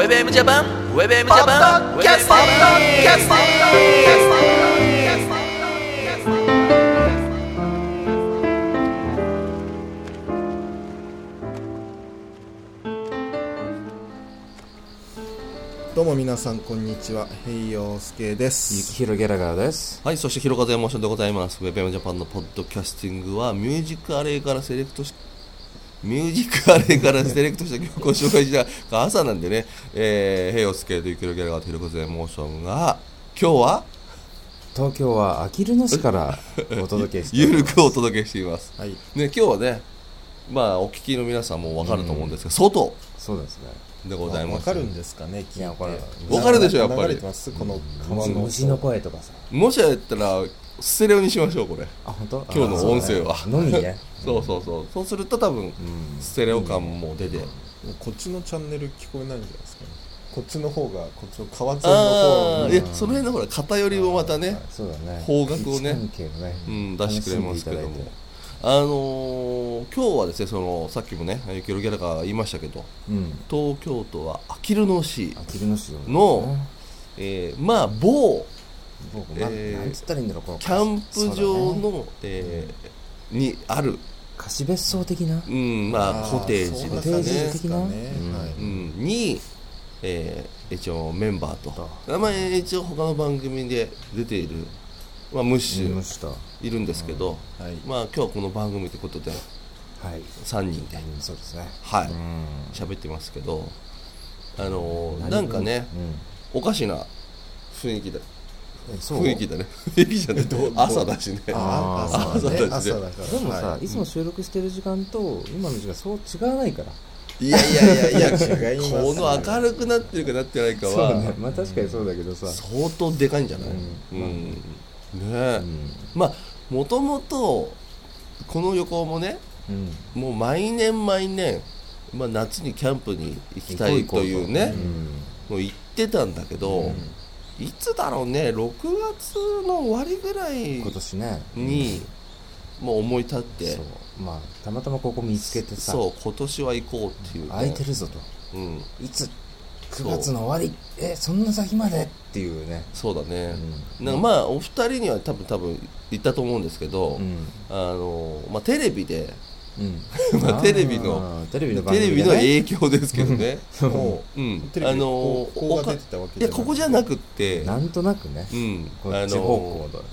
WebM ジャパン WebM ジャパンキャステどうも皆さんこんにちは、平洋介です。 ゆきひろギャラガーです。 はい、そしてひろかぜモーションでございます。WebM ジャパンのポッドキャスティングはミュージックアレイからセレクトした曲を紹介した朝なんでね、平洋介とゆきひろギャラガーとひろかぜモーションが今日は東京はあきる野市からお届けしてゆるくお届けしています、 はいね、今日はね、まあお聞きの皆さんも分かると思うんですが、外そうですね。 でございます。 わかるんですかね、聞いて。 いやこれ分かるでしょ、やっぱり流れてますこの川の虫の声とかさ。 もしやったらステレオにしましょう、これあ、本当？ 今日の音声はのみね。 そうすると多分、ステレオ感も出て、 こっちのチャンネル聞こえないんじゃないですかね。こっちの方が、こっちの川沿いの方いや、その辺のほら偏りもまたね、 そうだね。 方角をね位置関係をね、 出してくれますけども、今日はですね、さっきもねゆきひろギャラが言いましたけど、東京都はあきる野市あきる野市の、まあ某なんつったらいいんだろう、このキャンプ場の、にある貸別荘的な、 まあコテージコテージ的な、 に、一応メンバーと、まあ、一応他の番組で出ている、まあ、ムッシュいるんですけど、まあ今日はこの番組ということで、3人で、 そうですね、 喋ってますけど、なんかね、おかしな雰囲気だね。雰囲気じゃね、朝だしね。 朝だから。 でもさ、いつも収録してる時間と今の時間そう違わないから。 いや違います。 この明るくなってるかなってないかは、 そうね、まあ確かにそうだけどさ、 相当でかいんじゃない？まあもともとこの旅行もね、もう毎年、まあ、夏にキャンプに行きたいというね、もう言ってたんだけど、いつだろうね、6月の終わりぐらい今年ねにもう思い立って、 まあたまたまここ見つけてさ、 今年は行こうっていう、ね、 空いてるぞと、いつ9月の終わり、そんな先までっていうね。 そうだね、なんかまあお二人には多分言ったと思うんですけど、まあ、テレビでまあテレビの影響ですけどねテレビここが出てたわけじゃなくて、 いやここじゃなくってなんとなくね、こっち方向だ。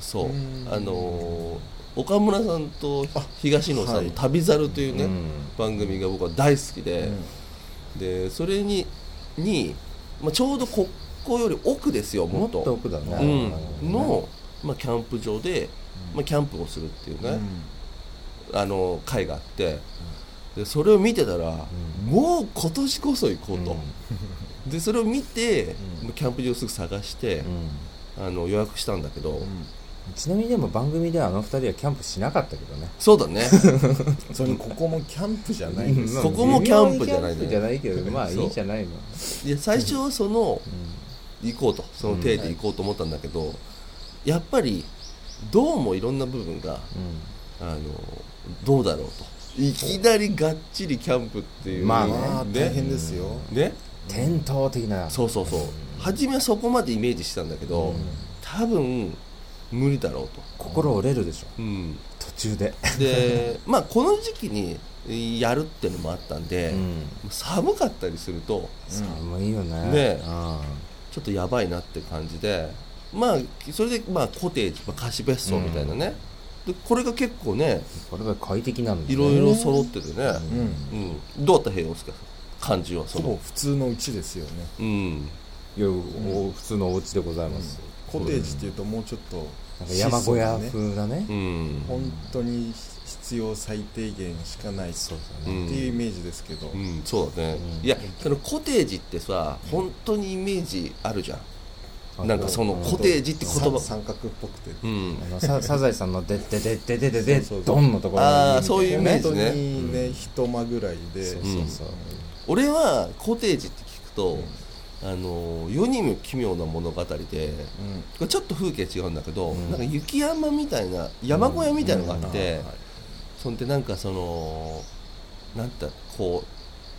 岡村さんと東野さんの旅猿というね、番組が僕は大好きで、でそれに、まあ、ちょうどここより奥ですよ、もっと奥だね、 の、まあ、キャンプ場で、まあ、キャンプをするっていうね、会があって、でそれを見てたら、もう今年こそ行こうと、でそれを見て、キャンプ場をすぐ探して、予約したんだけど、 ちなみにでも番組では2人はキャンプしなかったけどね。 そうだねそれここもキャンプじゃないんですここもキャンプじゃないね。 キャンプじゃないけど、まあいいじゃないの。 いや最初は行こうと、その体で行こうと思ったんだけど、やっぱりどうもいろんな部分が、どうだろうと、いきなりがっちりキャンプっていう、 まあね、大変ですよ、 ね、 伝統的な。 そう、初めはそこまでイメージしてたんだけど、多分無理だろうと。 心折れるでしょ、途中でまあこの時期にやるっていうのもあったんで、寒かったりすると、 寒いよね、 ちょっとやばいなって感じで、まあそれでまあコテージ、貸し別荘みたいなね、でこれが結構ね、 これが快適なんだね、 いろいろ揃っててね、どうだった平洋介感じは？ ほぼ普通のうちですよね。 いや、普通のお家でございます。 コテージっていうともうちょっとなんか山小屋風だね、 本当に必要最低限しかないっていうイメージですけど、 そうだね、いやそのコテージってさ、本当にイメージあるじゃん、なんかそのコテージって言葉三角っぽくて、 サザエさんのでドンのところに、 そういうイメージね、 本当にね、一間ぐらいで、 俺はコテージって聞くと、世にも奇妙な物語で、これちょっと風景違うんだけど、なんか雪山みたいな山小屋みたいなのがあって、そんでなんかなんてこう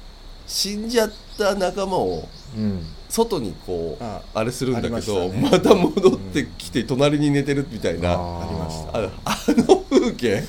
死んじゃった仲間をうん外にこうあれするんだけありど、 ましたねまた戻ってきて隣に寝てるみたいな、 あありましたあの風景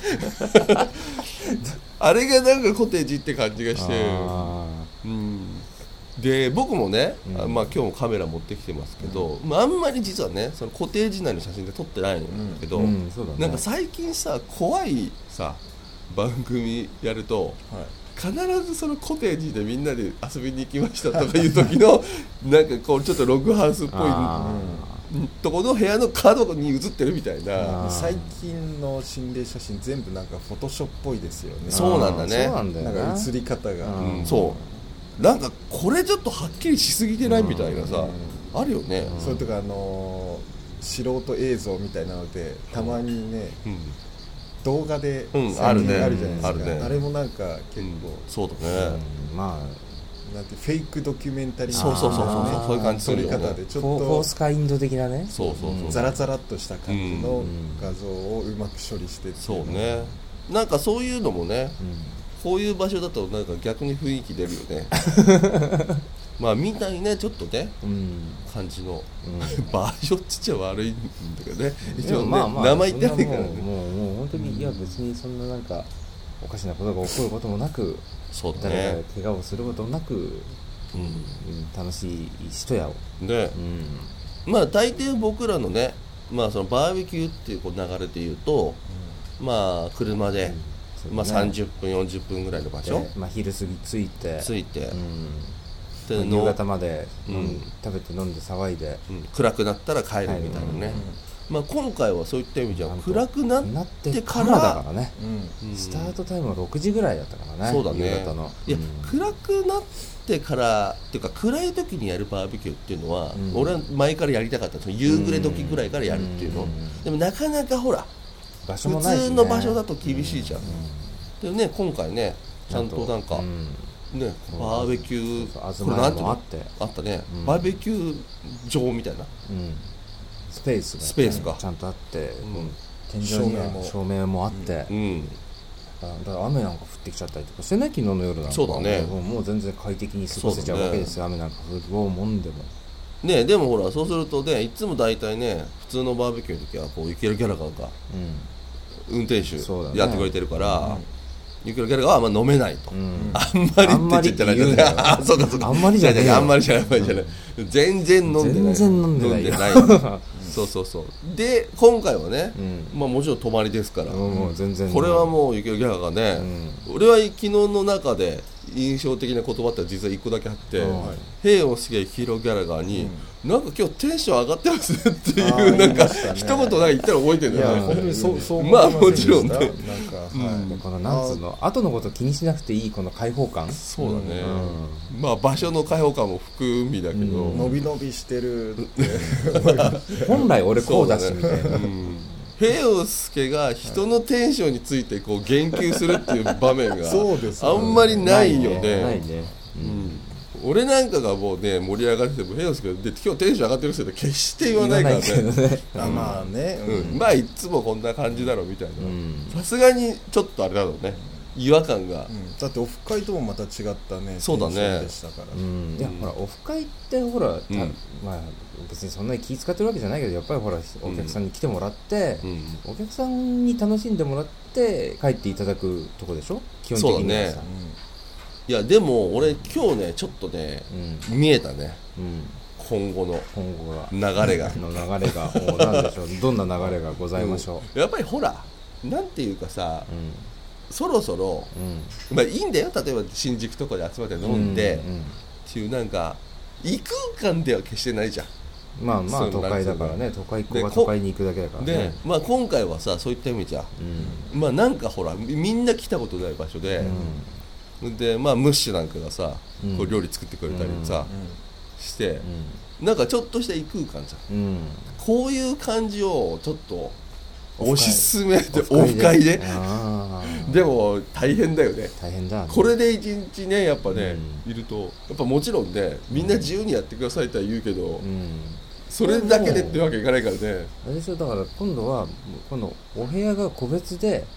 あれがなんかコテージって感じがして、 あで僕もね、 うんまあ、今日もカメラ持ってきてますけど、まあ、あんまり実はねそのコテージ内の写真で撮ってないんだけど、 うんそうだねなんか最近さ怖いさ番組やるとはい必ずそのコテージでみんなで遊びに行きましたとかいう時のなんかこうちょっとログハウスっぽあいとこの部屋の角に映ってるみたいな。 あー最近の心霊写真全部なんかフォトショーっぽいですよね。 そうなんだねそうなんだよなんか写り方が、 うんうんそうなんかこれちょっとはっきりしすぎてないみたいなさ、あるよね、 それとか素人映像みたいなのでたまにね、 うん動画でうん最近あるねあるじゃないですか、 あるねあれもなんか結構、 そうだね、 まなんてフェイクドキュメンタリーそうそうそうそうねそういう感じす撮るよねり方でちあフォーょっスカインド的なねそうそうそう、 とザラザラっとした感じのうん画像をうまく処理してっていそうねなんかそういうのもねうんこういう場所だとなんか逆に雰囲気出るよねまあみんなにねちょっとねうん感じのうん場所っつっちゃ悪いんだけどね一応ね、 でもまあまあ名前言ってないからねもう本当に、いや別にそんななんかおかしなことが起こることもなくそうだ誰がね怪我をすることもなく、 うん楽しい一夜を、 ねうんまあ大抵僕らのねまあそのバーベキューっていうこう流れで言うとまあ車で、まあ、30分40分ぐらいの場所でまあ、昼過ぎ着いて着いて、 うんでまあ夕方まで、 うん食べて飲んで騒いでうん暗くなったら帰るみたいなね、まあ、今回はそういった意味じゃ暗くなってかからだからね、 うんスタートタイムは6時ぐらいだったからねそうだね夕方のいや、 うん暗くなってからっていうか暗い時にやるバーベキューっていうのは、 うん俺は前からやりたかったその夕暮れ時ぐらいからやるっていうの、 うんでもなかなかほら場所普もないしね通の場所だと厳しいじゃん、でね今回ねちゃんとなんか、 うんねバーベキューそうそうこれなんていうのあってあったね、 うんバーベキュー場みたいなうんスペースがスペースかちゃんとあって、 ん天井には照明もあって、 うんだから雨なんか降ってきちゃったりとかしてね昨日の夜なんかそうだねもう全然快適に過ごせちゃうわけですよ、雨なんか降るもんでもねでもほらそうするとねいつも大体ね普通のバーベキューの時はこうユキロギャラガーが運転手そうだねやってくれてるから、ユキロギャラガーはあんま飲めないと、 うんあんまりって言ってないあんまりって言うんだよあそうかそうかあんまりじゃねえよあんまりじゃない全然飲んでない全然飲んでないよそうそうそうで今回はね、 うんまあもちろん泊まりですから、 もう全然これはもうユキロギャラガーね、俺は昨日の中で印象的な言葉って実は1個だけあってうん 「平をすげえヒーローギャラガーに、なんか今日テンション上がってます」っていあーうなんか言いましたね一言なんか言ったら覚えてるんいやだよね本当にそうまあ思いせんでしたもちろんねなんか、はいでこのなんつうの後のこと気にしなくていいこの開放感そうだね、まあ場所の開放感も含みだけど、 伸び伸びしてるって本来俺こうだしみたいな、 平洋介が人のテンションについてこう言及するっていう場面がそうですよねあんまりないよないね。 ね、 俺なんかがもうね盛り上がってても平洋介で今日テンション上がってる人って決して言わないから言わないけどね。 ねあまあね、 まあいつもこんな感じだろうみたいんな。さすがにちょっとあれだろうね。違和感が。 だってオフ会ともまた違ったねそうだねテンションでしたから、 いやほらオフ会ってほら、まあ別にそんなに気使ってるわけじゃないけどやっぱりほらお客さんに来てもらって、お客さんに楽しんでもらって帰っていただくとこでしょ基本的にはさそうだいやでも俺今日ねちょっとね、見えたね今後の今後が流れがの流れがもう何でしょうどんな流れがございましょやっぱりほらなんていうかさ、 う、 そろそろ、まあいいんだよ例えば新宿とかで集まって飲んで、っていうなんか異空間では決してないじゃん。 まあまそうあ都会だからね都会っ子でが都会に行くだけだからでね、 まあ、今回はさそういった意味じゃ、まあなんかほらみんな来たことない場所で、でまあムッシュなんかがさ、こう料理作ってくれたりさ、して、なんかちょっとした異空間じゃん、こういう感じをちょっと推し進めてオフ会ででも大変だよね大変だ、ね、 これで一日ねやっぱね、いるとやっぱもちろんねみんな自由にやってくださいとは言うけど、それだけでってわけいかないからね。 あれでしょだから今度はこのお部屋が個別で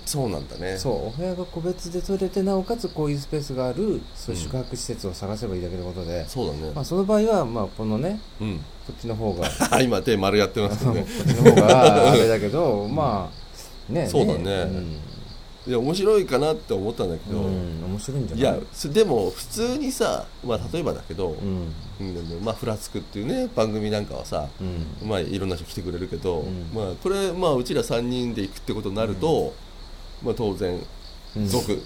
そうなんだね。 そうお部屋が個別で取れてなおかつこういうスペースがあるそういう宿泊施設を探せばいいだけのことで、 そうだね。 まあ、その場合はまあこのねうん。 こっちの方が今手丸やってますよこね。 っちの方があれだけどまあねそうだねいや面白いかなって思ったんだけど、 面白いんじゃないいやでも普通にさ、まあ、例えばだけど、まあ、フラつくっていうね番組なんかはさ、まあ、いろんな人来てくれるけど、まあ、これ、まあ、うちら3人で行くってことになると、まあ、当然続、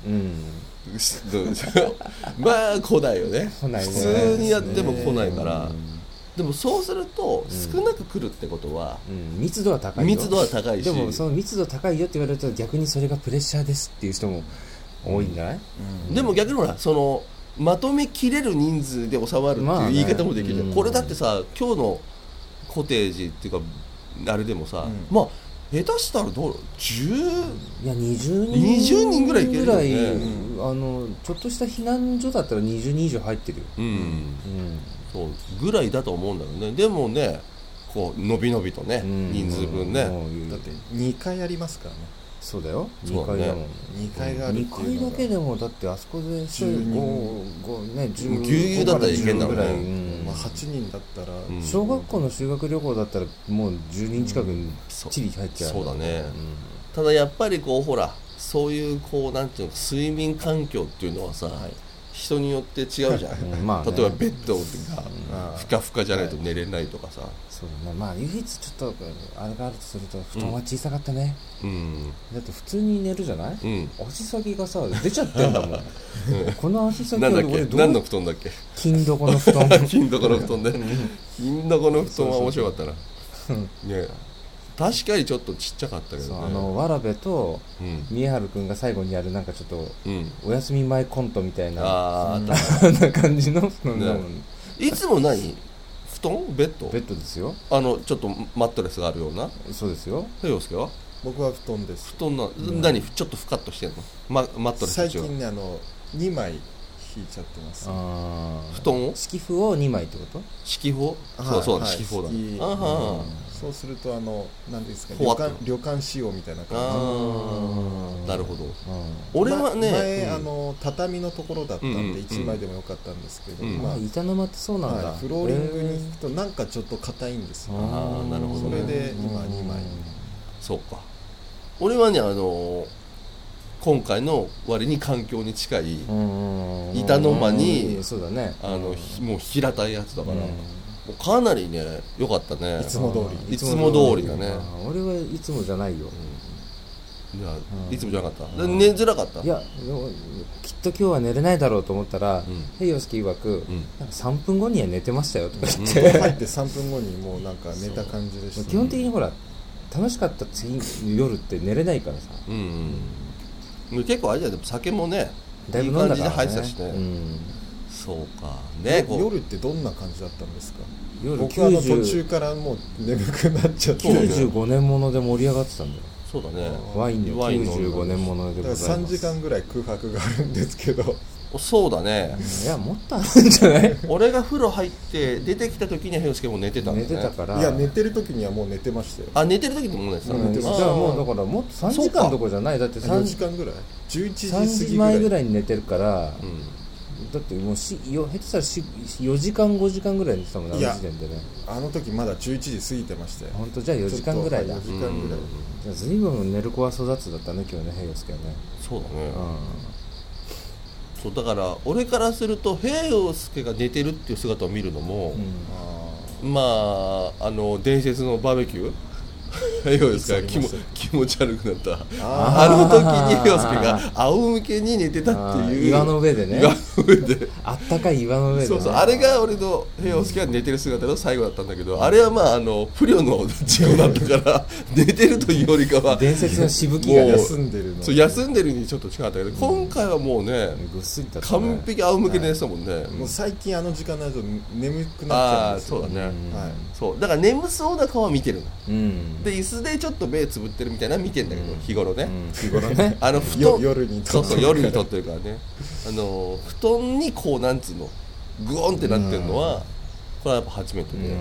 まあ来ないよね。 来ないね普通にやっても来ないから、でもそうすると少なく来るってことは、 密度は高いよ。 密度は高いし、 でもその密度高いよって言われると逆にそれがプレッシャーですっていう人も多いんじゃない？ でも逆にほらそのまとめきれる人数で収まるっていう言い方もできる、これだってさ今日のコテージっていうかあれでもさ、まあ下手したらどういや20 人ぐらいいけるよね。 ちょっとした避難所だったら20人以上入ってるよ。 そうぐらいだと思うんだよね。でもねこうのびのびとね、人数分ね、 だって2回ありますからね。 そうだよ2階だもん。 2階があるっていうのが 2階だけでもだってあそこで 10人 10 ぎゅうぎゅうだったらいけんだろうね。 まあ、8人だったら、 小学校の修学旅行だったらもう10人近くにチリ入っちゃう。 そうだね、ただやっぱりこうほらそういうこうなんていうの睡眠環境っていうのはさ、人によって違うじゃん、例えばベッドがふかふかじゃないと寝れないとかさ、 そうだね。まあ唯一ちょっとあれがあるとすると布団は小さかったね、だって普通に寝るじゃない、足先がさ出ちゃってんだもんこの足先は俺何の布団だっけ？ 金床の布団金床の布団ね金床の布団は面白かったなね。確かにちょっとちっちゃかったけどね。 わらべと宮原くんが最後にやるなんかちょっとお休み前コントみたいな、あんな感じの布団だもん、 いつも何布団ベッドですよ。 ちょっとマットレスがあるような。 そうですよ。 陽介は僕は布団です。 布団何ちょっとふかっとしてんの？マットレス最近ね2枚引いちゃってます。 布団を敷布を2枚ってこと？ 敷布？そうだ敷布だ。 そうすると何ですか旅館仕様みたいな感じ。 なるほど。俺はね前畳のところだったんで1枚でもよかったんですけど、 板の間ってそうなんだ。 フローリングに引くとなんかちょっと硬いんですよ。 なるほど。 それで今2枚。 そうか。俺はね今回の割に環境に近い板の間にそうだね。 もう平たいやつだからかなりね良かったね。 いつも通りだね。 俺はいつもじゃないよ。 いつもじゃなかった。寝づらかった。 いやきっと今日は寝れないだろうと思ったらヘイヨスキ曰くなんか3分後には寝てましたよとか言って入って3分後にもうなんか寝た感じでした。 基本的にほら楽しかった次夜って寝れないからさ。 結構あれじゃん。でも酒もねだいぶ飲んだからね。 入ってたしね。そうかね。 夜ってどんな感じだったんですか？ 夜僕は途中からもう眠くなっちゃって。 95年もので盛り上がってたんだよ。 そうだね。 ワインで95年ものでございます。 だから3時間ぐらい空白があるんですけど。 そうだね。 いやもっとあるんじゃない？ 俺が風呂入って出てきた時には平介も寝てたんだね。 寝てたから。 いや寝てる時にはもう寝てましたよ。 寝てる時にも寝てた。 だからもうだからもっと3時間どころじゃない。だって 4時間ぐらい11時過ぎぐらい 3時前ぐらいに寝てるから、だってもう下手したら4時間5時間ぐらい寝てたもんね。時点でね。 あの時まだ11時過ぎてましたよ。 本当じゃあ4時間ぐらいだ。 4時間ぐらい。 じゃあ随分寝る子は育つだったね今日ね平洋介はね。 そうだね。そうだから俺からすると平洋介が寝てるっていう姿を見るのも、まあ伝説のバーベキュー平洋介が気持ち悪くなった時に平洋介が仰向けに寝てたっていう岩の上でね。 岩の上であったかい岩の上で、ね、 そうあれが俺の平洋介が寝てる姿の最後だったんだけど、あれはまあ不慮の事故だったから寝てるというよりかは伝説のしぶきが休んでるの。 そう休んでるにちょっと違ったけど、今回はもうねぐっすりだったね。 完璧仰向けで寝てたもんね。 もう最近時間になると眠くなっちゃうんですよ。 そうだね。そうだから眠そうな顔は見てるの。で椅子でちょっと目つぶってるみたいなの見てんだけど、日頃ね。 日頃ね。 夜にそう夜に撮ってるからね。布団にこうなんつうのグオンってなってるのはこれはやっぱ初めてで、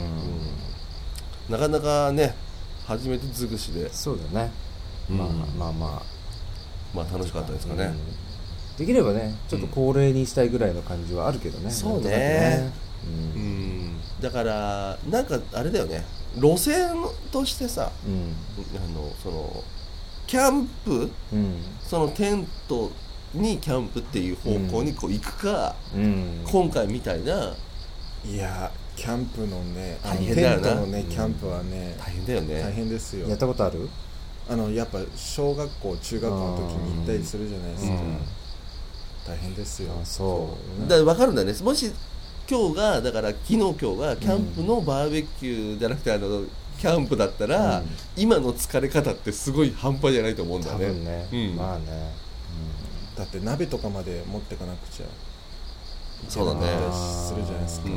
なかなかね初めて尽くしで。 そうだね。まあまあ楽しかったですかね、 できればねちょっと恒例にしたいぐらいの感じはあるけどね、 そうねなんとなくねだからなんかあれだよね、路線としてさ、そのキャンプ、そのテントにキャンプっていう方向にこう行くか、今回みたいな、 いやキャンプのね大変だよなテントのねキャンプはね、 大変だよね。 大変ですよ。 やったことある？ やっぱ小学校中学校の時に行ったりするじゃないですか、大変ですよ。 そうだから分かるんだね。もし今日がだから昨日今日がキャンプのバーベキューじゃなくてキャンプだったら、今の疲れ方ってすごい半端じゃないと思うんだよね。 多分ね、まあね、 だって鍋とかまで持ってかなくちゃそうだねするじゃないですか。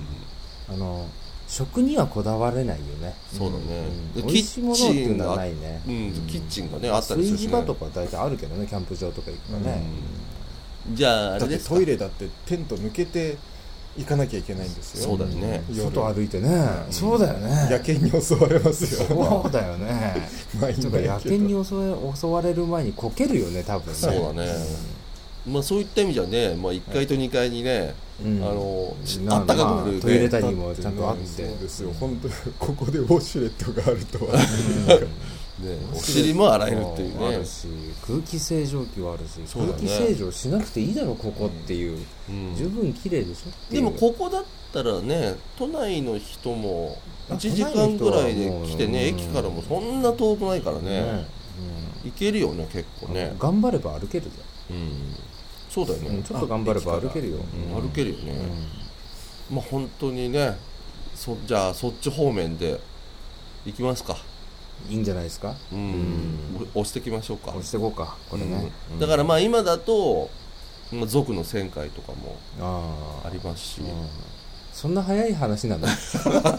食にはこだわれないよね。 そうだね、 美味しいものっていうのはないね。 キッチンがねあったりするしね。 炊事場とか大体あるけどね、キャンプ場とか行くとね。 じゃああれですか、 だってトイレだってテント抜けて行かなきゃいけないんですよ。 そうだよね、 外歩いてね、そうだよね。 野犬に襲われますよ。 そうだよね。とか野犬に襲われる前にこけるよね、多分ね。 そうだね、まあそういった意味じゃね、まあ、1階と2階にね、あったかくなるね、 トイレ谷もちゃんとあって、 そうですよ、本当にここでウォシュレットがあるとはお尻も洗えるっていうね、 あるし空気清浄機はあるし、空気清浄しなくていいだろここっていう、十分綺麗でしょ。 でもここだったらね、都内の人も1時間ぐらいで来てね、駅からもそんな遠くないからね、行けるよね結構ね。 頑張れば歩けるじゃん。 そうだよね、 ちょっと頑張れば歩けるよ。 歩けるよね。まあ本当にね、じゃあそっち方面で行きますか。 いいんじゃないですか。 押していきましょうか。 押していこうかこれね。 だからまあ今だと族の旋回とかもありますし、 そんな早い話なの？いや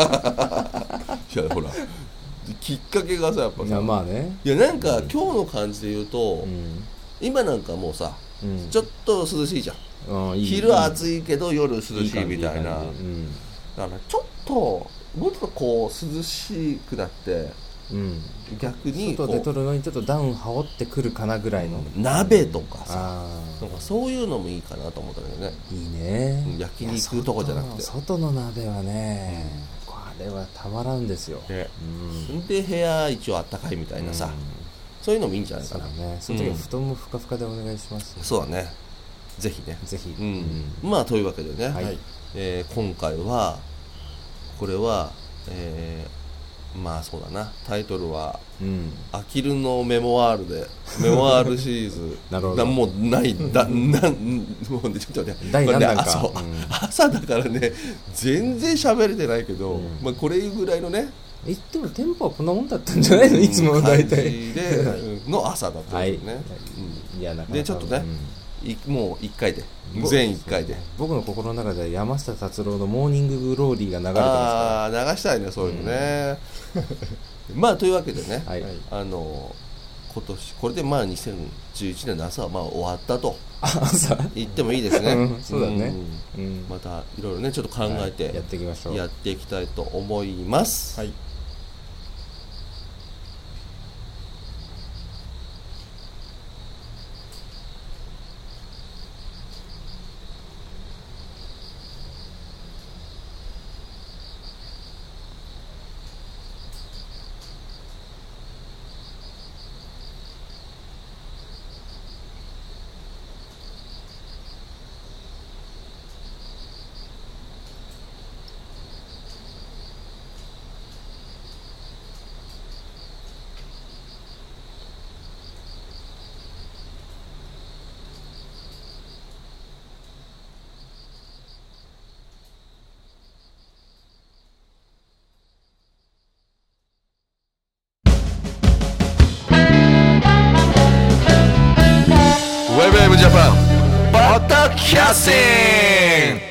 ほらきっかけがさやっぱさ、 まあね、 いやなんか今日の感じで言うと、今なんかもうさ、ちょっと涼しいじゃん。昼暑いけど夜涼しいみたいな。だからちょっともっとこう涼しくなって、逆に外出とるのにちょっとダウン羽織ってくるかなぐらいの鍋とかさ、なんかそういうのもいいかなと思ったんだけどね。 いいね。 焼肉とかじゃなくて外の鍋はね、これはたまらんですよ。 で部屋一応あったかいみたいなさ、そういうのもいいんじゃないかな。 その時は布団もふかふかでお願いします。 そうだね、ぜひね、 ぜひ。 まあというわけでね、今回はこれはまあそうだな、タイトルはあきるのメモワールでメモワールシリーズなるほど。 もうないもうねちょっとね、 第何弾か、 朝だからね全然喋れてないけど、まあこれぐらいのね、 でもテンポはこんなもんだったんじゃないの、いつもの大体での朝だったんですね。でちょっとね、もう1回で全1回で僕の心の中で山下達郎のモーニンググローリーが流れてますから、 流したいね、そういうのね。まあというわけでね、今年これでまあ2011年の朝はまあ終わったと言ってもいいですね。 そうだね。 またいろいろねちょっと考えてやっていきましょう。 やっていきたいと思います。ウェブジャパンポッドキャスティング。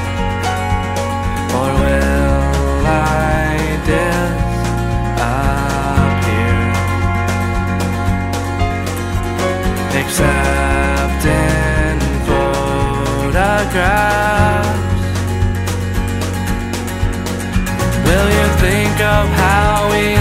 Or will I except in photographs. Will you think of how we